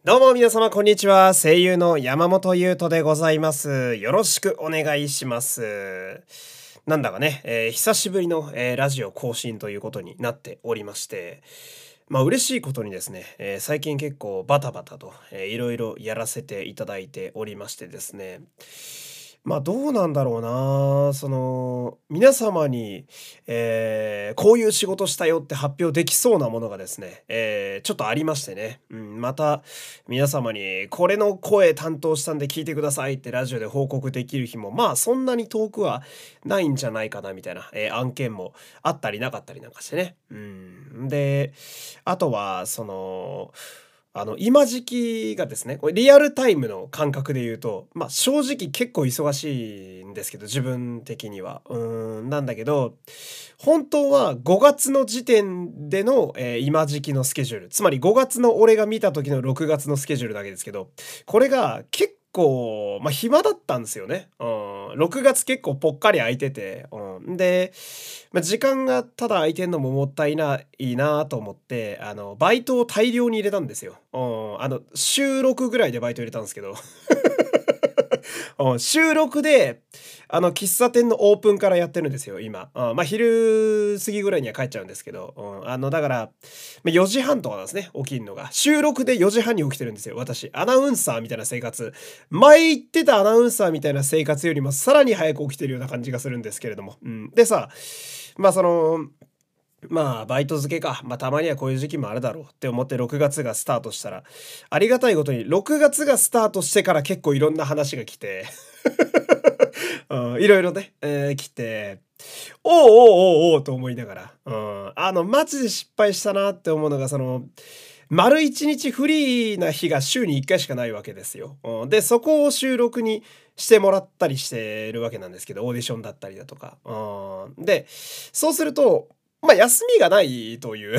どうも皆様こんにちは。声優の山本優斗でございます。よろしくお願いします。なんだかね、久しぶりの、ラジオ更新ということになっておりまして、嬉しいことにですね、最近結構バタバタと、いろいろやらせていただいておりましてですね。どうなんだろうな。皆様に、こういう仕事したよって発表できそうなものがですね、ちょっとありましてね。また皆様にこれの声担当したんで聞いてくださいってラジオで報告できる日も、そんなに遠くはないんじゃないかなみたいな、案件もあったりなかったりなんかしてね。で、あとは、今時期がですね、これリアルタイムの感覚で言うと、正直結構忙しいんですけど、自分的には。なんだけど、本当は5月の時点での、今時期のスケジュール、つまり5月の俺が見た時の6月のスケジュールだけですけど、これが結構、暇だったんですよね。6月結構ぽっかり空いてて、で、時間がただ空いてんのももったいないなと思って、バイトを大量に入れたんですよ。週6ぐらいでバイト入れたんですけど、週6で、喫茶店のオープンからやってるんですよ、今。昼過ぎぐらいには帰っちゃうんですけど、だから、4時半とかなんですね、起きるのが。週6で4時半に起きてるんですよ、私。アナウンサーみたいな生活。前言ってたアナウンサーみたいな生活よりもさらに早く起きてるような感じがするんですけれども。でさ、バイト付けか。たまにはこういう時期もあるだろうって思って6月がスタートしたら、ありがたいことに6月がスタートしてから結構いろんな話が来て、いろいろね、来て、おうおうおうおうと思いながら、マジで失敗したなって思うのが、丸一日フリーな日が週に1回しかないわけですよ。で、そこを収録にしてもらったりしてるわけなんですけど、オーディションだったりだとか。で、そうすると、休みがないという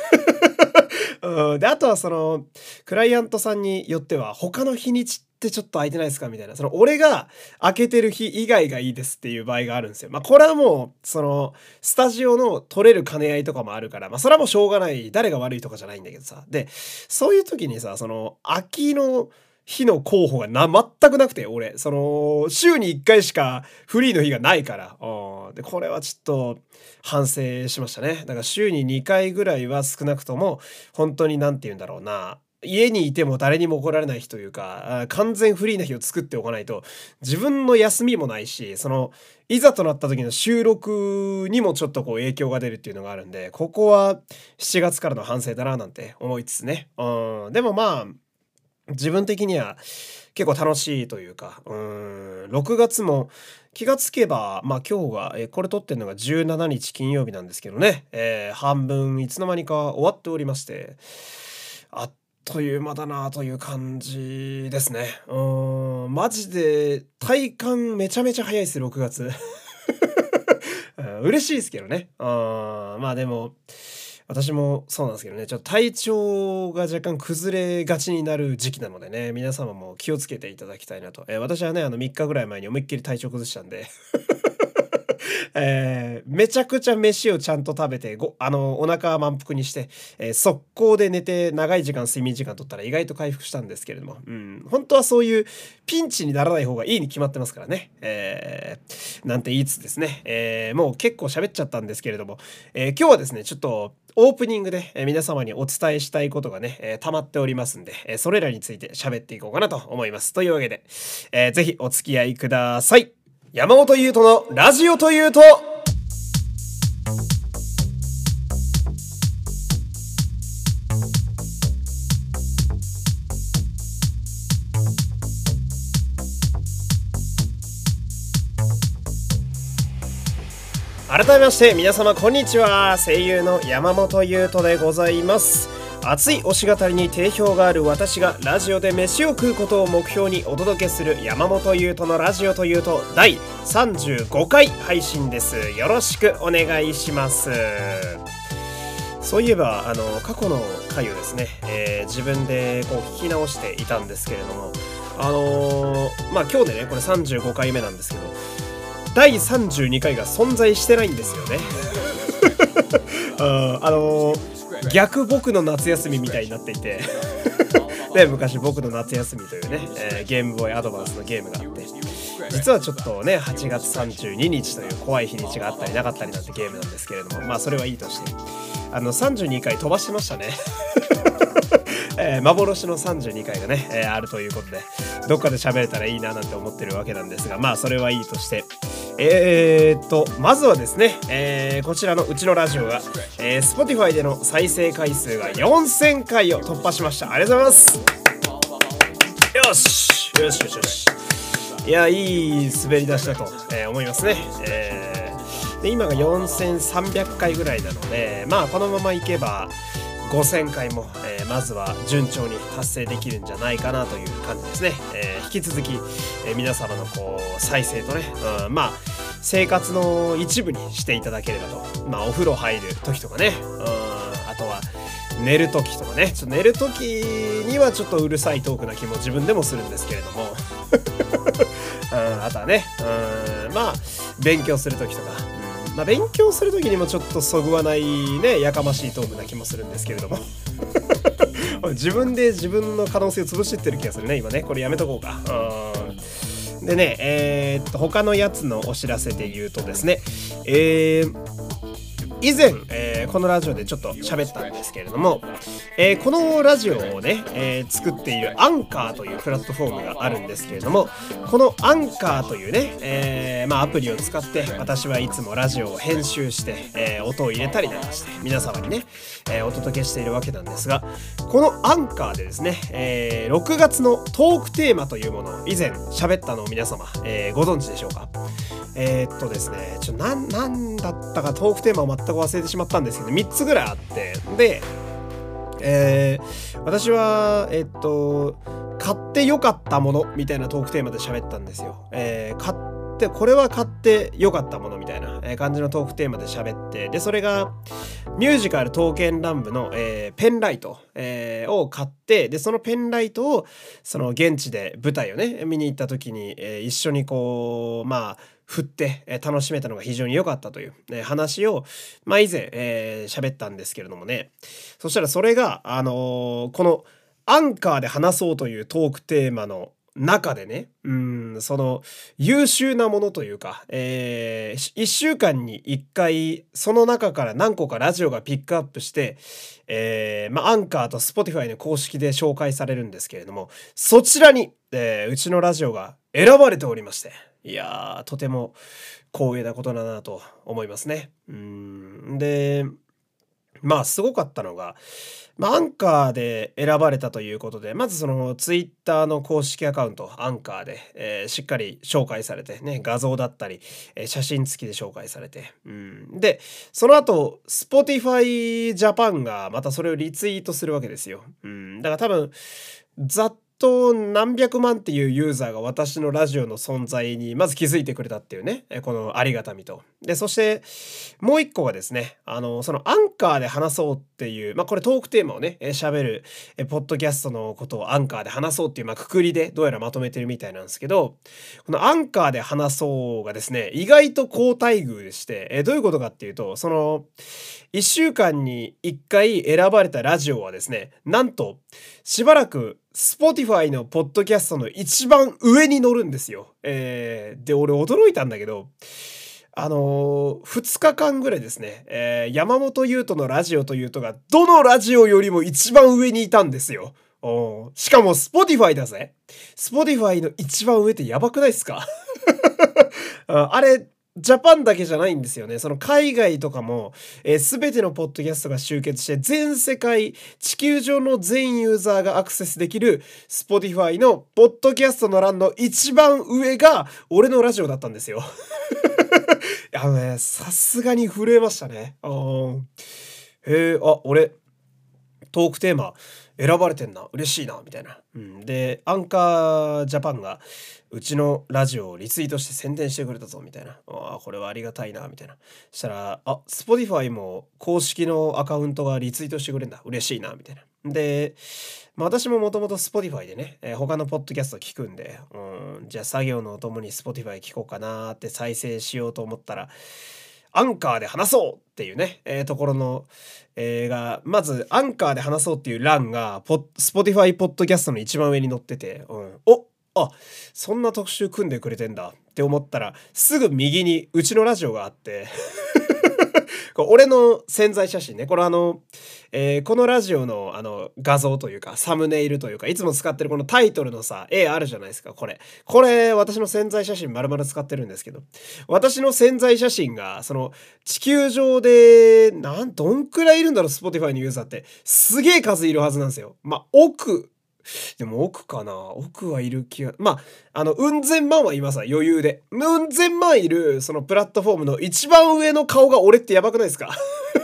で、あとはクライアントさんによっては、他の日にちってちょっと空いてないですかみたいな。俺が空けてる日以外がいいですっていう場合があるんですよ。これはもう、スタジオの取れる兼ね合いとかもあるから、それはもうしょうがない。誰が悪いとかじゃないんだけどさ。で、そういう時にさ、空きの日の候補が全くなくて、俺。週に1回しかフリーの日がないから。で、これはちょっと反省しましたね。だから週に2回ぐらいは少なくとも、本当になんて言うんだろうな。家にいても誰にも怒られない日というか、完全フリーな日を作っておかないと、自分の休みもないし、いざとなった時の収録にもちょっと影響が出るっていうのがあるんで、ここは7月からの反省だななんて思いつつね。でも自分的には結構楽しいというか、6月も気がつけば、今日が、これ撮ってるのが17日金曜日なんですけどね、半分いつの間にか終わっておりまして、あっという間だなという感じですね。マジで体感めちゃめちゃ早いです、6月。嬉しいですけどね。でも、私もそうなんですけどね、ちょっと体調が若干崩れがちになる時期なのでね、皆様も気をつけていただきたいなと。私はね、3日ぐらい前に思いっきり体調崩したんで、めちゃくちゃ飯をちゃんと食べて、お腹満腹にして、速攻で寝て長い時間睡眠時間取ったら意外と回復したんですけれども、本当はそういうピンチにならない方がいいに決まってますからね。なんて言いつつですね、もう結構喋っちゃったんですけれども、今日はですね、ちょっとオープニングで皆様にお伝えしたいことがね、溜まっておりますんで、それらについて喋っていこうかなと思います。というわけで、ぜひお付き合いください。山本優斗のラジオというと、改めまして皆様こんにちは。声優の山本優斗でございます。熱い推し語りに定評がある私がラジオで飯を食うことを目標にお届けする山本優斗のラジオというと第35回配信です。よろしくお願いします。そういえば過去の回をですね、自分で聞き直していたんですけれども、今日でねこれ35回目なんですけど、第32回が存在してないんですよね。逆僕の夏休みみたいになっていてで昔僕の夏休みというね、ゲームボーイアドバンスのゲームがあって、実はちょっとね8月32日という怖い日にちがあったりなかったりなんてゲームなんですけれども、まあそれはいいとして、32回飛ばしましたね。幻の32回がね、あるということで、どっかで喋れたらいいななんて思ってるわけなんですが、まあそれはいいとして、まずはですね、こちらのうちのラジオが、Spotify での再生回数が4000回を突破しました。ありがとうございます。よしよしよしよし。いや、いい滑り出しだと、思いますね。で今が4300回ぐらいなので、まあこのままいけば5000回も、まずは順調に達成できるんじゃないかなという感じですね。引き続き、皆様のこう再生とね、まあ生活の一部にしていただければと。まあお風呂入る時とかね、あとは寝る時とかね、寝る時にはちょっとうるさいトークな気も自分でもするんですけれどもあとはね、まあ勉強する時とか、まあ、勉強する時にもちょっとそぐわないね、やかましいトークな気もするんですけれども自分で自分の可能性を潰してってる気がするね今ね。これやめとこうか。でね、他のやつのお知らせで言うとですね、以前、このラジオでちょっと喋ったんですけれども、このラジオをね、作っているアンカーというプラットフォームがあるんですけれども、このアンカーというね、まあアプリを使って私はいつもラジオを編集して、音を入れたりなんかして皆様にね、お届けしているわけなんですが、このアンカーでですね、6月のトークテーマというものを以前喋ったのを皆様、ご存知でしょうか。ですね、なんだったかトークテーマを全く忘れてしまったんですけど、3つぐらいあって、で、私は、買ってよかったものみたいなトークテーマで喋ったんですよ。これは買ってよかったものみたいな感じのトークテーマで喋って、で、それがミュージカル刀剣乱舞の、ペンライト、を買って、で、そのペンライトをその現地で舞台をね、見に行った時に、一緒にこう、まあ、振って、楽しめたのが非常に良かったという、話を、まあ以前、喋ったんですけれどもね。そしたらそれが、このアンカーで話そうというトークテーマの中でね、その優秀なものというか、1週間に1回その中から何個かラジオがピックアップして、まあアンカーと Spotify の公式で紹介されるんですけれども、そちらに、うちのラジオが選ばれておりまして、いやー、とても光栄なことだなと思いますね。で、まあすごかったのが、まあアンカーで選ばれたということで、まずそのツイッターの公式アカウントアンカーで、しっかり紹介されてね、画像だったり、写真付きで紹介されて、でその後 Spotify Japan がまたそれをリツイートするわけですよ。だから多分ざっと何百万っていうユーザーが私のラジオの存在にまず気づいてくれたっていうね、このありがたみと。で、そしてもう一個がですね、そのアンカーで話そうっていう、まあこれトークテーマをね、喋る、ポッドキャストのことをアンカーで話そうっていう、まあくくりでどうやらまとめてるみたいなんですけど、このアンカーで話そうがですね、意外と好待遇でして、どういうことかっていうと、その、1週間に1回選ばれたラジオはですね、なんとしばらくSpotify のポッドキャストの一番上に乗るんですよ。で、俺驚いたんだけど、2日間ぐらいですね、山本優斗のラジオというとが、どのラジオよりも一番上にいたんですよ。しかも Spotify だぜ。Spotify の一番上ってやばくないですか？あれ、ジャパンだけじゃないんですよね。その海外とかも、すべてのポッドキャストが集結して、全世界、地球上の全ユーザーがアクセスできる Spotify のポッドキャストの欄の一番上が俺のラジオだったんですよ。さすがに震えましたね。俺、トークテーマ選ばれてんな、嬉しいな、みたいな。で、アンカージャパンがうちのラジオをリツイートして宣伝してくれたぞ、みたいな。これはありがたいな、みたいな。したら、Spotify も公式のアカウントがリツイートしてくれるんだ、嬉しいな、みたいな。で、私ももともと Spotify でね、他のポッドキャスト聞くんで、じゃあ作業のお供に Spotify 聞こうかなって再生しようと思ったら、 アンカーで話そうっていうね、ところの、まずアンカーで話そうっていう欄が、Spotify ポッドキャストの一番上に載ってて、そんな特集組んでくれてんだって思ったら、すぐ右にうちのラジオがあってこれ俺の宣材写真ね。これこのラジオの画像というか、サムネイルというか、いつも使ってるこのタイトルのさ、絵あるじゃないですか、これ。これ、私の宣材写真丸々使ってるんですけど、私の宣材写真が、地球上で、どんくらいいるんだろう、Spotify のユーザーって。すげえ数いるはずなんですよ。でも億かな、億はいる気が、うん千万はいますわ、余裕で。うん千万いる、そのプラットフォームの一番上の顔が俺ってやばくないですか？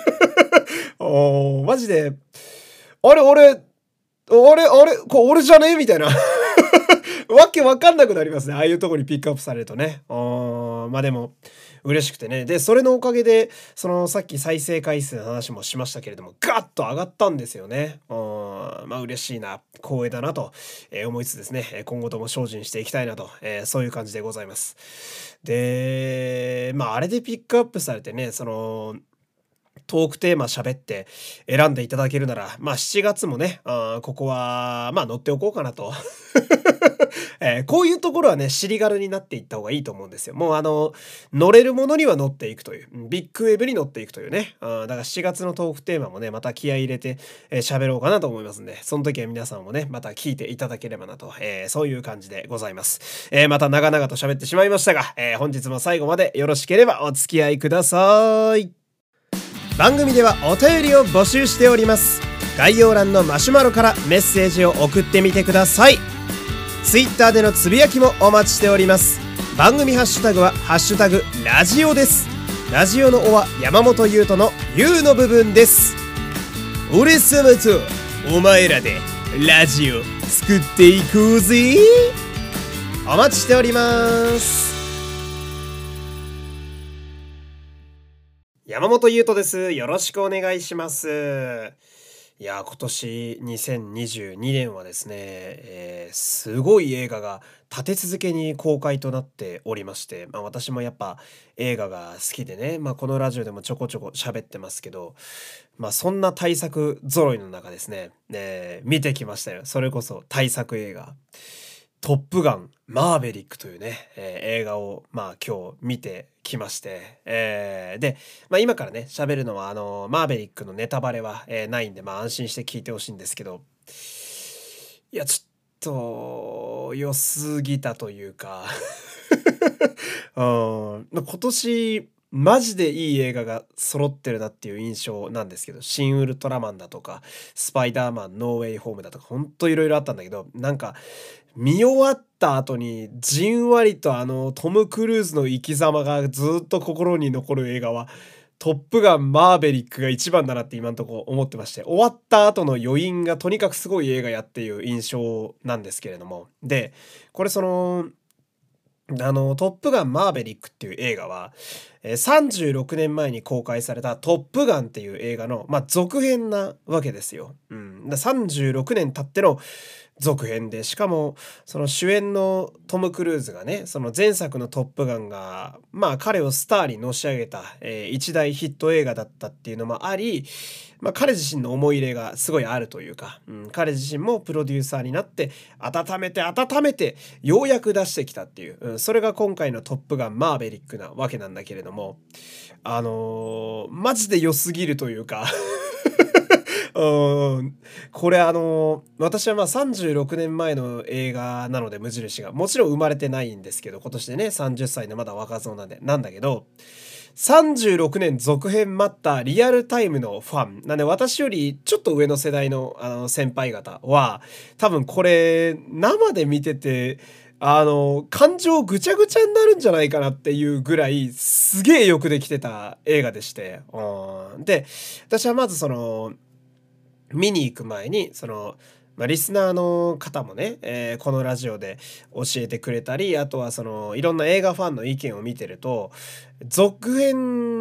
マジで、あれ、これ俺じゃねみたいな。わけわかんなくなりますね。ああいうとこにピックアップされるとね。でも、嬉しくてね。で、それのおかげで、さっき再生回数の話もしましたけれども、ガッと上がったんですよね。嬉しいな、光栄だなと思いつつですね、今後とも精進していきたいなと、そういう感じでございます。で、あれでピックアップされてね、トークテーマ喋って選んでいただけるなら、7月もね、ここは、乗っておこうかなと。こういうところはね、尻軽になっていった方がいいと思うんですよ。もう乗れるものには乗っていくという、ビッグウェーブに乗っていくというね。だから7月のトークテーマもね、また気合い入れて喋ろうかなと思いますんで、その時は皆さんもね、また聞いていただければなと、そういう感じでございます。また長々と喋ってしまいましたが、本日も最後までよろしければお付き合いください。番組ではお便りを募集しております。概要欄のマシュマロからメッセージを送ってみてください。ツイッターでのつぶやきもお待ちしております。番組ハッシュタグはハッシュタグラジオです。ラジオのおは山本優斗の U の部分です。俺様とお前らでラジオ作っていこうぜ。お待ちしております。山本優斗です。よろしくお願いします。いや、今年2022年はですね、すごい映画が立て続けに公開となっておりまして、私もやっぱ映画が好きでね、このラジオでもちょこちょこ喋ってますけど、そんな大作揃いの中ですね、見てきましたよ。それこそ大作映画。トップガンマーヴェリックというね、映画を今日見てきまして、で、今からね喋るのはマーヴェリックのネタバレは、ないんで安心して聞いてほしいんですけど、いやちょっと良すぎたというか今年マジでいい映画が揃ってるなっていう印象なんですけど、シン・ウルトラマンだとかスパイダーマンノーウェイホームだとかほんといろいろあったんだけど、見終わった後にじんわりとトム・クルーズの生き様がずっと心に残る映画はトップガンマーヴェリックが一番だなって今んとこ思ってまして、終わった後の余韻がとにかくすごい映画やっていう印象なんですけれども、でこれトップガンマーヴェリックっていう映画は、36年前に公開されたトップガンっていう映画の、続編なわけですよ。36年経っての続編で、しかもその主演のトム・クルーズがね、その前作のトップガンが彼をスターにのし上げた、一大ヒット映画だったっていうのもあり、彼自身の思い入れがすごいあるというか、彼自身もプロデューサーになって温めてようやく出してきたっていう、それが今回のトップガンマーヴェリックなわけなんだけれども、マジで良すぎるというかこれ私は36年前の映画なので、無印がもちろん生まれてないんですけど、今年でね30歳のまだ若造なんだけど、36年続編待ったリアルタイムのファンなんで、私よりちょっと上の世代の先輩方は多分これ生で見てて感情ぐちゃぐちゃになるんじゃないかなっていうぐらいすげえよくできてた映画でして、で私はまず見に行く前にリスナーの方もね、このラジオで教えてくれたり、あとはいろんな映画ファンの意見を見てると、続編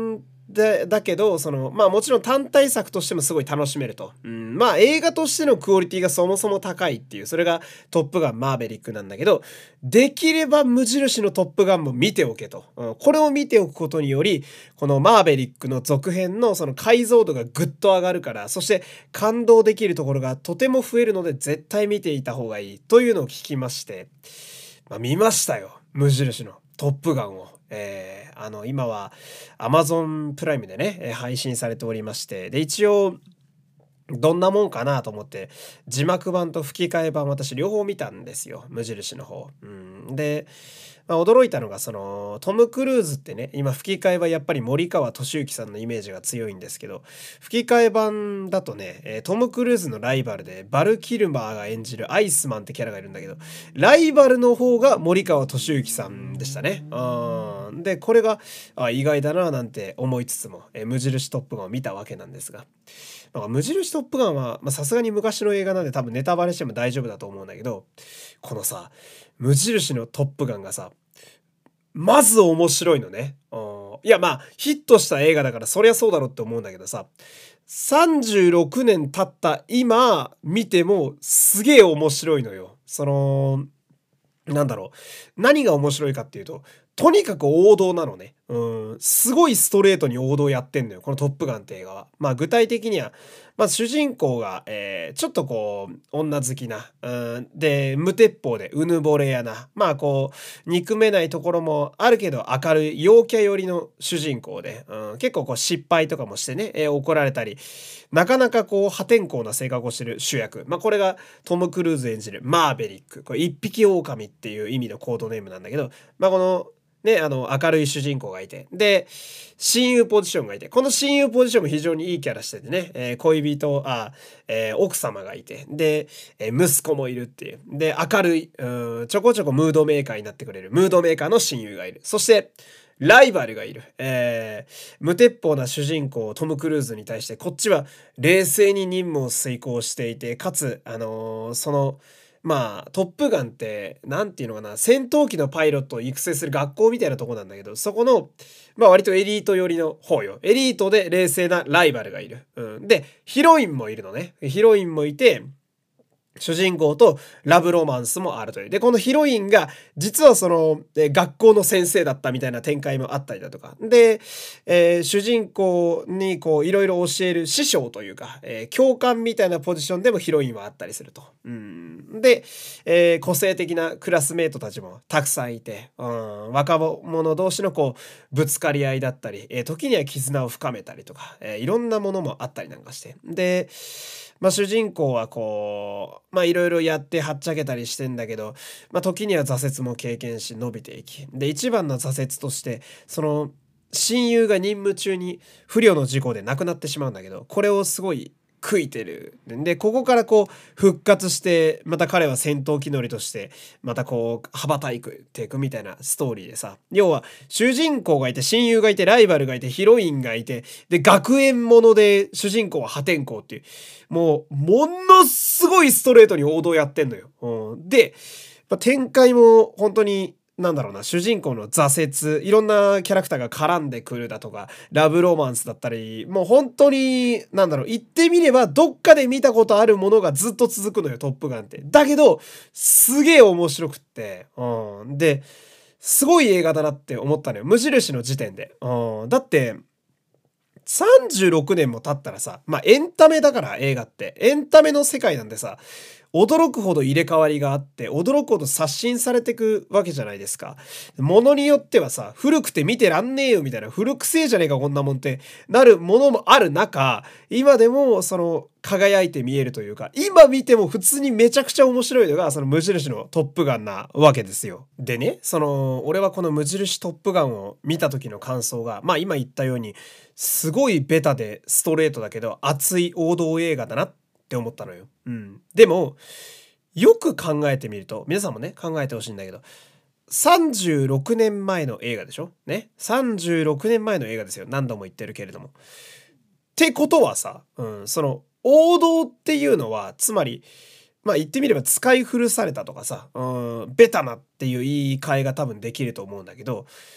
だけど、もちろん単体作としてもすごい楽しめると。映画としてのクオリティがそもそも高いっていう、それがトップガンマーヴェリックなんだけど、できれば無印のトップガンも見ておけと。これを見ておくことにより、このマーヴェリックの続編のその解像度がぐっと上がるから、そして感動できるところがとても増えるので絶対見ていた方がいいというのを聞きまして、見ましたよ。無印のトップガンを。今は Amazon プライムでね、配信されておりまして、で、一応、どんなもんかなと思って、字幕版と吹き替え版私両方見たんですよ。無印の方。で、驚いたのがトム・クルーズってね、今吹き替えはやっぱり森川俊之さんのイメージが強いんですけど、吹き替え版だとね、トム・クルーズのライバルでバル・キルマーが演じるアイスマンってキャラがいるんだけど、ライバルの方が森川俊之さんでしたね。で、これが意外だななんて思いつつも、無印トップガンを見たわけなんですが、無印トップガンはさすがに昔の映画なんで多分ネタバレしても大丈夫だと思うんだけど、このさ、無印のトップガンがさ、まず面白いのね。いやヒットした映画だからそりゃそうだろって思うんだけどさ、36年経った今見てもすげえ面白いのよ。なんだろう。何が面白いかっていうと、とにかく王道なのね。すごいストレートに王道やってんのよ。このトップガンって映画は。具体的には、主人公が、ちょっと女好きな、で、無鉄砲でうぬぼれやな。憎めないところもあるけど明るい陽キャ寄りの主人公で、結構失敗とかもしてね、怒られたり、なかなか破天荒な性格をしてる主役。これがトム・クルーズ演じるマーベリック。これ一匹狼っていう意味のコードネームなんだけど、この、ね、明るい主人公がいて、で、親友ポジションがいて、この親友ポジションも非常にいいキャラしててね、恋人、奥様がいて、で、息子もいるっていう。で、明るい、ちょこちょこムードメーカーになってくれる、ムードメーカーの親友がいる。そして、ライバルがいる。無鉄砲な主人公トム・クルーズに対して、こっちは冷静に任務を遂行していて、かつ、トップガンって、なんていうのかな、戦闘機のパイロットを育成する学校みたいなとこなんだけど、そこの、割とエリート寄りの方よ。エリートで冷静なライバルがいる。で、ヒロインもいるのね。ヒロインもいて、主人公とラブロマンスもあるという。で、このヒロインが、実は学校の先生だったみたいな展開もあったりだとか。で、主人公にいろいろ教える師匠というか、教官みたいなポジションでもヒロインはあったりすると。で、個性的なクラスメートたちもたくさんいて、若者同士のぶつかり合いだったり、時には絆を深めたりとか、いろんなものもあったりなんかして。で、主人公はいろいろやってはっちゃけたりしてんだけど、時には挫折も経験し伸びていき。で、一番の挫折として、親友が任務中に不慮の事故で亡くなってしまうんだけど、これをすごい悔いてる。で、ここから復活して、また彼は戦闘機乗りとして、また羽ばたいていくみたいなストーリーでさ。要は、主人公がいて、親友がいて、ライバルがいて、ヒロインがいて、で、学園もので、主人公は破天荒っていう、もう、ものすごいストレートに王道やってんのよ。で、展開も本当に、なんだろうな、主人公の挫折、いろんなキャラクターが絡んでくるだとか、ラブロマンスだったり、もう本当に、言ってみれば、どっかで見たことあるものがずっと続くのよ、トップガンって。だけど、すげえ面白くって、で、すごい映画だなって思ったのよ。無印の時点で。だって、36年も経ったらさ、エンタメだから映画って。エンタメの世界なんでさ、驚くほど入れ替わりがあって、驚くほど刷新されてくわけじゃないですか。ものによってはさ、古くて見てらんねえよみたいな、古くせえじゃねえかこんなもんってなるものもある中、今でも輝いて見えるというか、今見ても普通にめちゃくちゃ面白いのが、無印のトップガンなわけですよ。でね、俺はこの無印トップガンを見た時の感想が、今言ったように、すごいベタでストレートだけど、熱い王道映画だなって思ったのよ。でも、よく考えてみると、皆さんもね、考えてほしいんだけど、36年前の映画でしょね。36年前の映画ですよ。何度も言ってるけれども。ってことはさ、王道っていうのは、つまり、言ってみれば使い古されたとかさ、ベタなっていう言い換えが多分できると思うんだけど、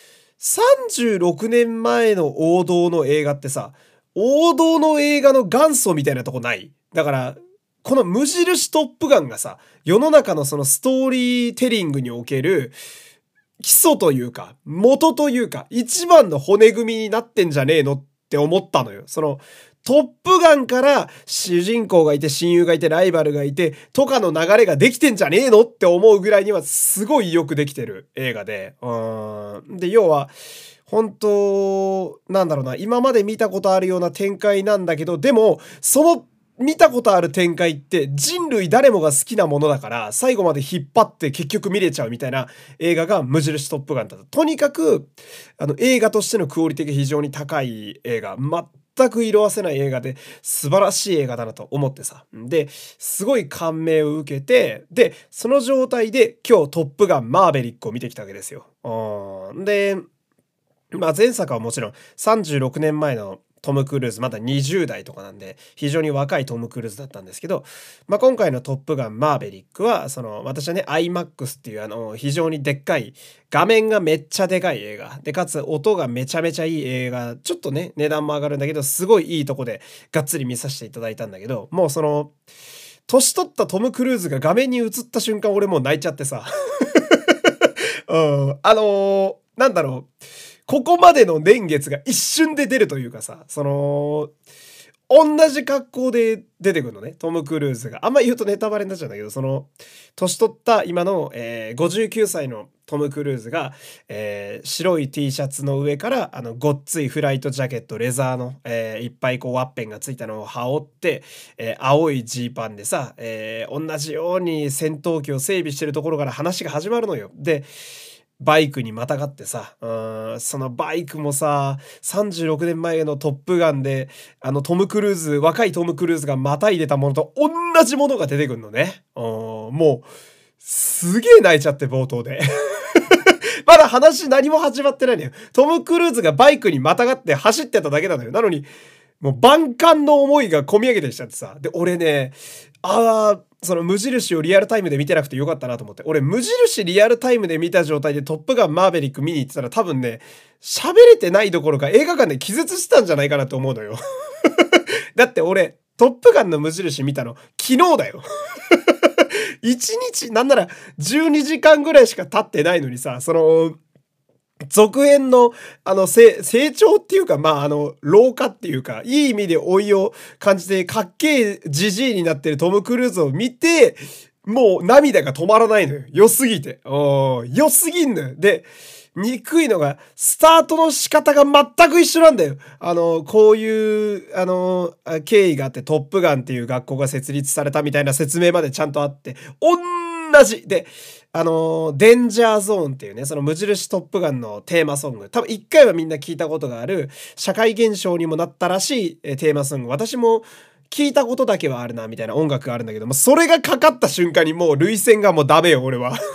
36年前の王道の映画ってさ、王道の映画の元祖みたいなとこない？だから、この無印トップガンがさ、世の中のそのストーリーテリングにおける基礎というか、元というか、一番の骨組みになってんじゃねえのって思ったのよ。その、トップガンから主人公がいて親友がいてライバルがいてとかの流れができてんじゃねえのって思うぐらいにはすごいよくできてる映画で。で、要は、本当なんだろうな、今まで見たことあるような展開なんだけど、でも、その見たことある展開って人類誰もが好きなものだから最後まで引っ張って結局見れちゃうみたいな映画が無印トップガンだった。とにかく映画としてのクオリティが非常に高い映画、全く色褪せない映画で素晴らしい映画だなと思ってさ。で、すごい感銘を受けて、で、その状態で今日トップガンマーベリックを見てきたわけですよ。で、前作はもちろん36年前のトム・クルーズ、まだ20代とかなんで、非常に若いトム・クルーズだったんですけど、今回のトップガンマーベリックは、私はね、IMAX っていう非常にでっかい、画面がめっちゃでかい映画。で、かつ音がめちゃめちゃいい映画。ちょっとね、値段も上がるんだけど、すごいいいとこでがっつり見させていただいたんだけど、もう年取ったトム・クルーズが画面に映った瞬間、俺もう泣いちゃってさ。なんだろう。ここまでの年月が一瞬で出るというかさ、同じ格好で出てくるのね、トム・クルーズが。あんま言うとネタバレになっちゃうんだけど、年取った今の、59歳のトム・クルーズが、白い T シャツの上から、ごっついフライトジャケット、レザーの、いっぱいこうワッペンがついたのを羽織って、青いジーパンでさ、同じように戦闘機を整備してるところから話が始まるのよ。で、バイクにまたがってさ、そのバイクもさ、36年前のトップガンで、トム・クルーズ、若いトム・クルーズがまたいでたものと同じものが出てくるのね。もう、すげえ泣いちゃって冒頭で。まだ話何も始まってないのよ。トム・クルーズがバイクにまたがって走ってただけなのよ。なのに、もう万感の思いが込み上げてきちゃってさ。で、俺ね、その無印をリアルタイムで見てなくてよかったなと思って。俺無印リアルタイムで見た状態でトップガンマーベリック見に行ってたら多分ね、喋れてないどころか映画館で気絶したんじゃないかなと思うのよ。だって俺、トップガンの無印見たの昨日だよ。1日、なんなら12時間ぐらいしか経ってないのにさ、続編の、成長っていうか、老化っていうか、いい意味で老いを感じて、かっけえじじいになってるトム・クルーズを見て、もう涙が止まらないのよ。良すぎて。良すぎんのよ。で、憎いのが、スタートの仕方が全く一緒なんだよ。こういう、経緯があって、トップガンっていう学校が設立されたみたいな説明までちゃんとあって、同じ。で、デンジャーゾーンっていうね、その無印トップガンのテーマソング。多分一回はみんな聞いたことがある、社会現象にもなったらしいテーマソング。私も聞いたことだけはあるな、みたいな音楽があるんだけども、それがかかった瞬間にもう涙腺がもうダメよ、俺は。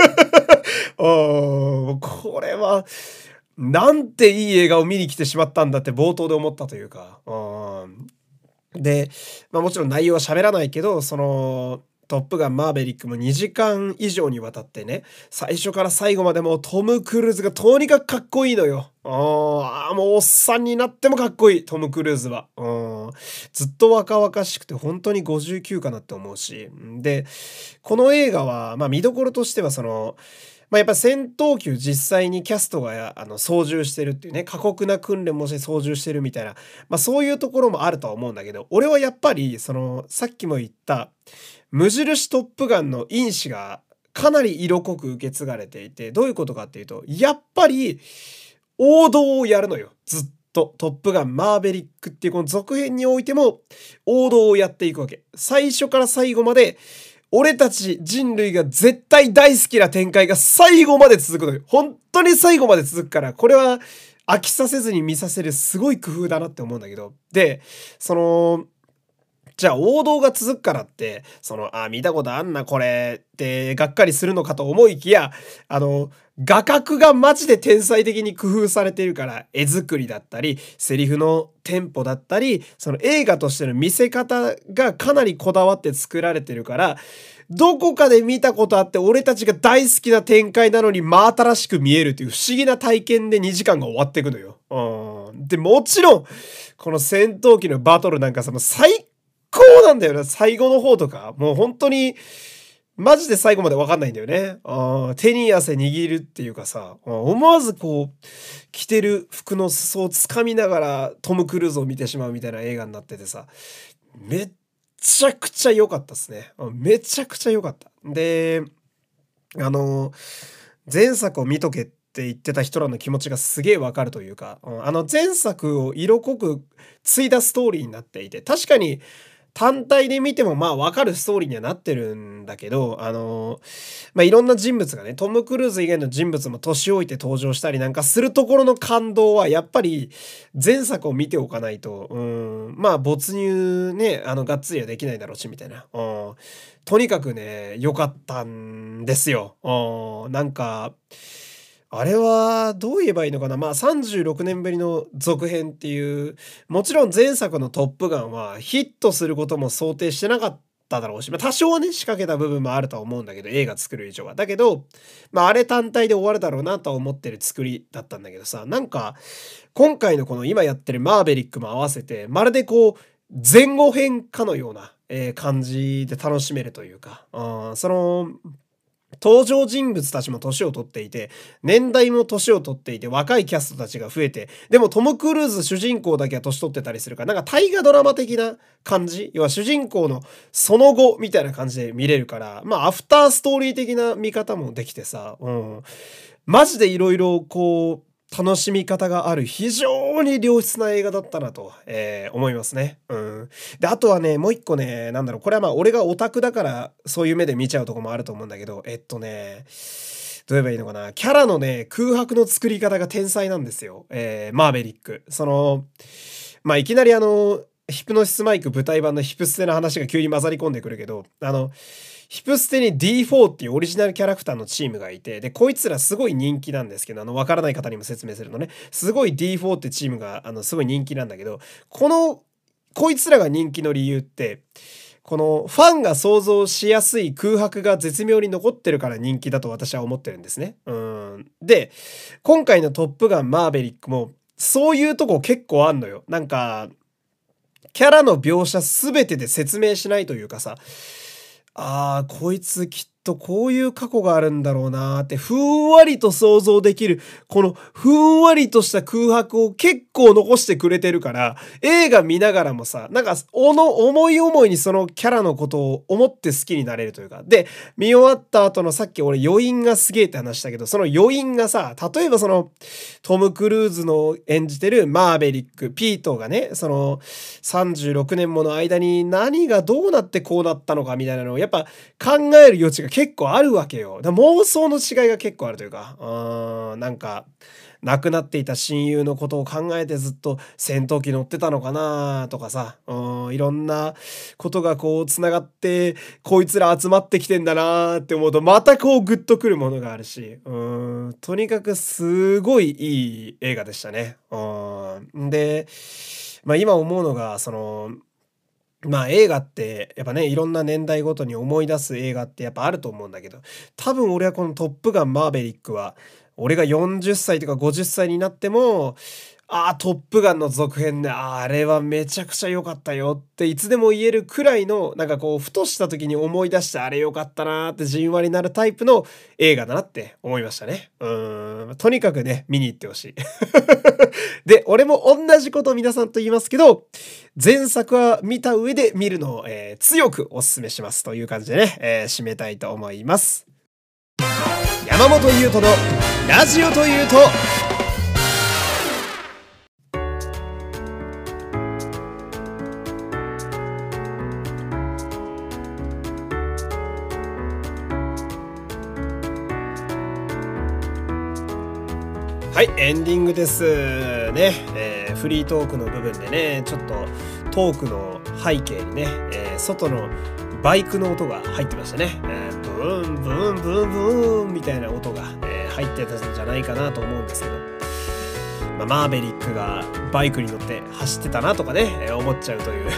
これは、なんていい映画を見に来てしまったんだって冒頭で思ったというか。で、もちろん内容は喋らないけど、トップガンマーベリックも2時間以上にわたってね、最初から最後までもうトム・クルーズがとにかくかっこいいのよ。もうおっさんになってもかっこいい、トム・クルーズは。ずっと若々しくて本当に59かなって思うし。で、この映画は、見どころとしてはやっぱ戦闘機を実際にキャストが操縦してるっていうね、過酷な訓練もして操縦してるみたいな、そういうところもあるとは思うんだけど、俺はやっぱりさっきも言った無印トップガンの因子がかなり色濃く受け継がれていて、どういうことかっていうと、やっぱり王道をやるのよ。ずっとトップガンマーベリックっていうこの続編においても王道をやっていくわけ。最初から最後まで俺たち人類が絶対大好きな展開が最後まで続くのよ。本当に最後まで続くから、これは飽きさせずに見させるすごい工夫だなって思うんだけど。で、 じゃあ王道が続くからって、見たことあんなこれってがっかりするのかと思いきや、画角がマジで天才的に工夫されているから、絵作りだったり、セリフのテンポだったり、その映画としての見せ方がかなりこだわって作られてるから、どこかで見たことあって俺たちが大好きな展開なのに真新しく見えるという不思議な体験で2時間が終わっていくのよ。で、もちろん、この戦闘機のバトルなんか最高なんだよな。最後の方とか。もう本当に、マジで最後までわかんないんだよね。手に汗握るっていうかさ、思わず着てる服の裾を掴みながらトム・クルーズを見てしまうみたいな映画になっててさ、めっちゃくちゃ良かったっすね。めちゃくちゃ良かった。で、前作を見とけって言ってた人らの気持ちがすげえわかるというか、前作を色濃く継いだストーリーになっていて、確かに単体で見てもわかるストーリーにはなってるんだけど、いろんな人物がね、トム・クルーズ以外の人物も年老いて登場したりなんかするところの感動はやっぱり前作を見ておかないと、没入ね、がっつりはできないだろうしみたいな。とにかくね、良かったんですよ。なんか、あれはどう言えばいいのかな。36年ぶりの続編っていう、もちろん前作のトップガンはヒットすることも想定してなかっただろうし、多少はね、仕掛けた部分もあるとは思うんだけど、映画作る以上は。だけど、あれ単体で終わるだろうなとは思ってる作りだったんだけどさ、なんか、今回のこの今やってるマーベリックも合わせて、まるで前後編かのような、感じで楽しめるというか、登場人物たちも年を取っていて、年代も年を取っていて、若いキャストたちが増えて、でもトム・クルーズ主人公だけは年取ってたりするから、なんか大河ドラマ的な感じ、要は主人公のその後みたいな感じで見れるから、アフターストーリー的な見方もできてさ、マジでいろいろ楽しみ方がある非常に良質な映画だったなと、思いますね。で、あとはね、もう一個ね、これは俺がオタクだからそういう目で見ちゃうとこもあると思うんだけど、どう言えばいいのかな。キャラのね、空白の作り方が天才なんですよ。マーベリック。いきなりヒプノシスマイク舞台版のヒプステの話が急に混ざり込んでくるけど、ヒプステに D4 っていうオリジナルキャラクターのチームがいて、で、こいつらすごい人気なんですけど、わからない方にも説明するのね、すごい D4 ってチームが、すごい人気なんだけど、こいつらが人気の理由って、このファンが想像しやすい空白が絶妙に残ってるから人気だと私は思ってるんですね。で、今回のトップガンマーベリックも、そういうとこ結構あんのよ。なんか、キャラの描写すべてで説明しないというかさ、こいつきっとこういう過去があるんだろうなーってふんわりと想像できる、このふんわりとした空白を結構残してくれてるから、映画見ながらもさ、なんか思い思いにそのキャラのことを思って好きになれるというか。で、見終わった後のさっき俺余韻がすげえって話したけど、その余韻がさ、例えばトム・クルーズの演じてるマーベリック、ピートがね、36年もの間に何がどうなってこうなったのかみたいなのをやっぱ考える余地が結構あるわけよ。妄想の違いが結構あるというか、なんか、亡くなっていた親友のことを考えてずっと戦闘機乗ってたのかなとかさ、いろんなことがつながって、こいつら集まってきてんだなって思うと、またグッとくるものがあるし、とにかくすごいいい映画でしたね。で、今思うのが、映画ってやっぱね、いろんな年代ごとに思い出す映画ってやっぱあると思うんだけど、多分俺はこのトップガンマーベリックは、俺が40歳とか50歳になっても、トップガンの続編で、あれはめちゃくちゃ良かったよっていつでも言えるくらいの、なんかふとした時に思い出してあれ良かったなーってじんわりなるタイプの映画だなって思いましたね。とにかくね、見に行ってほしい。で、俺も同じことを皆さんと言いますけど、前作は見た上で見るのを、強くお勧めしますという感じでね、締めたいと思います。山本優斗のラジオというと、はい、エンディングですね。フリートークの部分でね、ちょっとトークの背景にね、外のバイクの音が入ってましたね。ブーンブーンブーンブーンみたいな音が、入ってたんじゃないかなと思うんですけど、マーベリックがバイクに乗って走ってたなとかね、思っちゃうという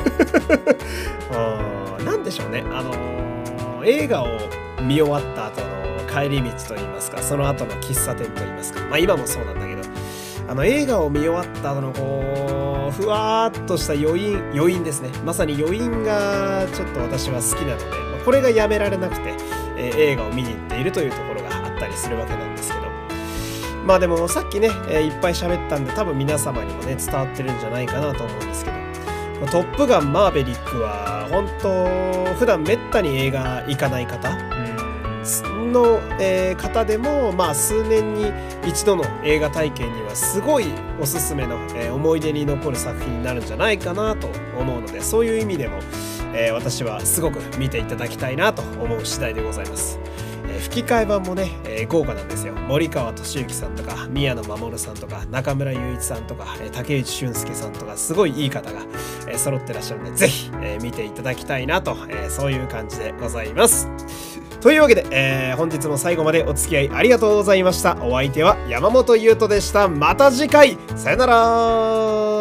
なんでしょうね、映画を見終わった後の帰り道といいますか、その後の喫茶店といいますか、今もそうなんだけど、映画を見終わった後のこうふわーっとした余韻ですね。まさに余韻がちょっと私は好きなので、これがやめられなくて、映画を見に行っているというところがあったりするわけなんですけど、でもさっきね、いっぱい喋ったんで多分皆様にもね伝わってるんじゃないかなと思うんですけど、トップガンマーヴェリックは本当普段めったに映画行かない方の、方でも数年に一度の映画体験にはすごいおすすめの、思い出に残る作品になるんじゃないかなと思うので、そういう意味でも、私はすごく見ていただきたいなと思う次第でございます。吹き替え版もね、豪華なんですよ。森川智之さんとか宮野真守さんとか中村雄一さんとか竹内俊介さんとかすごいいい方が、揃ってらっしゃるので、ぜひ、見ていただきたいなと、そういう感じでございます。というわけで、本日も最後までお付き合いありがとうございました。お相手は山本優斗でした。また次回、さよなら。